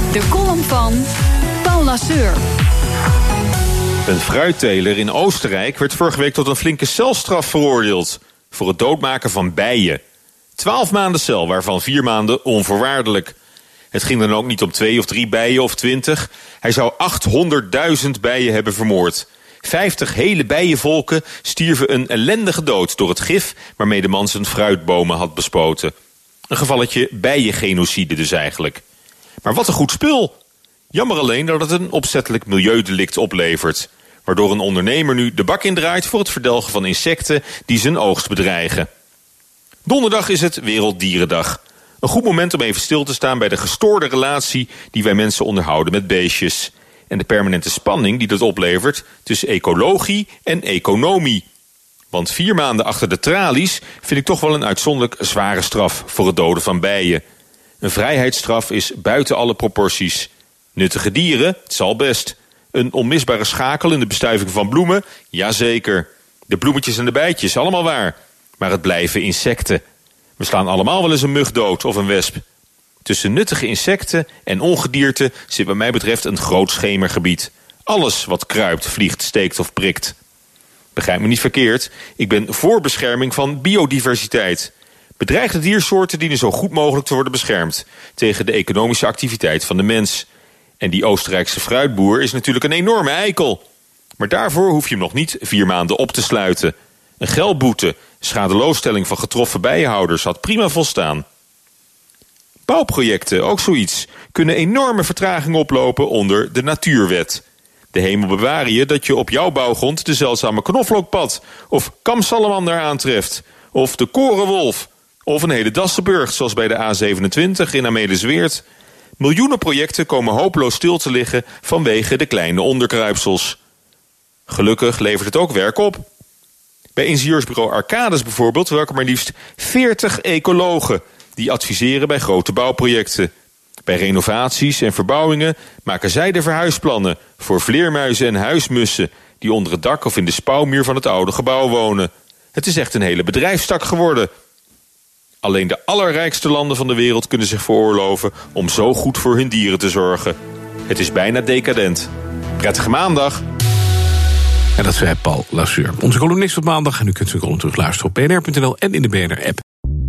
De column van Paul Lasseur. Een fruitteler in Oostenrijk werd vorige week tot een flinke celstraf veroordeeld voor het doodmaken van bijen. 12 maanden cel, waarvan 4 maanden onvoorwaardelijk. Het ging dan ook niet om 2 of 3 bijen of 20. Hij zou 800.000 bijen hebben vermoord. 50 hele bijenvolken stierven een ellendige dood door het gif waarmee de man zijn fruitbomen had bespoten. Een gevalletje bijengenocide dus eigenlijk. Maar wat een goed spul! Jammer alleen dat het een opzettelijk milieudelict oplevert, waardoor een ondernemer nu de bak indraait voor het verdelgen van insecten die zijn oogst bedreigen. Donderdag is het Werelddierendag. Een goed moment om even stil te staan bij de gestoorde relatie die wij mensen onderhouden met beestjes. En de permanente spanning die dat oplevert tussen ecologie en economie. Want 4 maanden achter de tralies vind ik toch wel een uitzonderlijk zware straf voor het doden van bijen. Een vrijheidsstraf is buiten alle proporties. Nuttige dieren, het zal best. Een onmisbare schakel in de bestuiving van bloemen, jazeker. De bloemetjes en de bijtjes, allemaal waar. Maar het blijven insecten. We slaan allemaal wel eens een mug dood of een wesp. Tussen nuttige insecten en ongedierte zit wat mij betreft een groot schemergebied. Alles wat kruipt, vliegt, steekt of prikt. Begrijp me niet verkeerd, ik ben voor bescherming van biodiversiteit. Bedreigde diersoorten dienen zo goed mogelijk te worden beschermd tegen de economische activiteit van de mens. En die Oostenrijkse fruitboer is natuurlijk een enorme eikel. Maar daarvoor hoef je hem nog niet 4 maanden op te sluiten. Een geldboete, schadeloosstelling van getroffen bijenhouders had prima volstaan. Bouwprojecten, ook zoiets, kunnen enorme vertragingen oplopen onder de natuurwet. De hemel beware je dat je op jouw bouwgrond de zeldzame knoflookpad of kamsalamander aantreft, of de korenwolf, of een hele Dassenburg, zoals bij de A27 in Amelisweert. Miljoenen projecten komen hopeloos stil te liggen vanwege de kleine onderkruipsels. Gelukkig levert het ook werk op. Bij ingenieursbureau Arcades bijvoorbeeld werken maar liefst 40 ecologen die adviseren bij grote bouwprojecten. Bij renovaties en verbouwingen maken zij de verhuisplannen voor vleermuizen en huismussen die onder het dak of in de spouwmuur van het oude gebouw wonen. Het is echt een hele bedrijfstak geworden. Alleen de allerrijkste landen van de wereld kunnen zich veroorloven om zo goed voor hun dieren te zorgen. Het is bijna decadent. Prettige maandag. En dat zei Paul Lasseur, onze columnist op maandag. En u kunt zijn column terugluisteren op bnr.nl en in de BNR-app.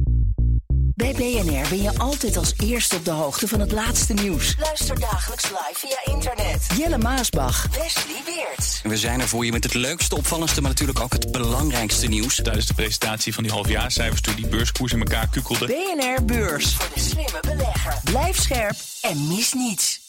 Bij BNR ben je altijd als eerste op de hoogte van het laatste nieuws. Luister dagelijks live via internet. Jelle Maasbach, Wesley Weerts. We zijn er voor je met het leukste, opvallendste, maar natuurlijk ook het belangrijkste nieuws. Tijdens de presentatie van die halfjaarcijfers toen die beurskoers in elkaar kukkelde. BNR Beurs. Voor de slimme belegger. Blijf scherp en mis niets.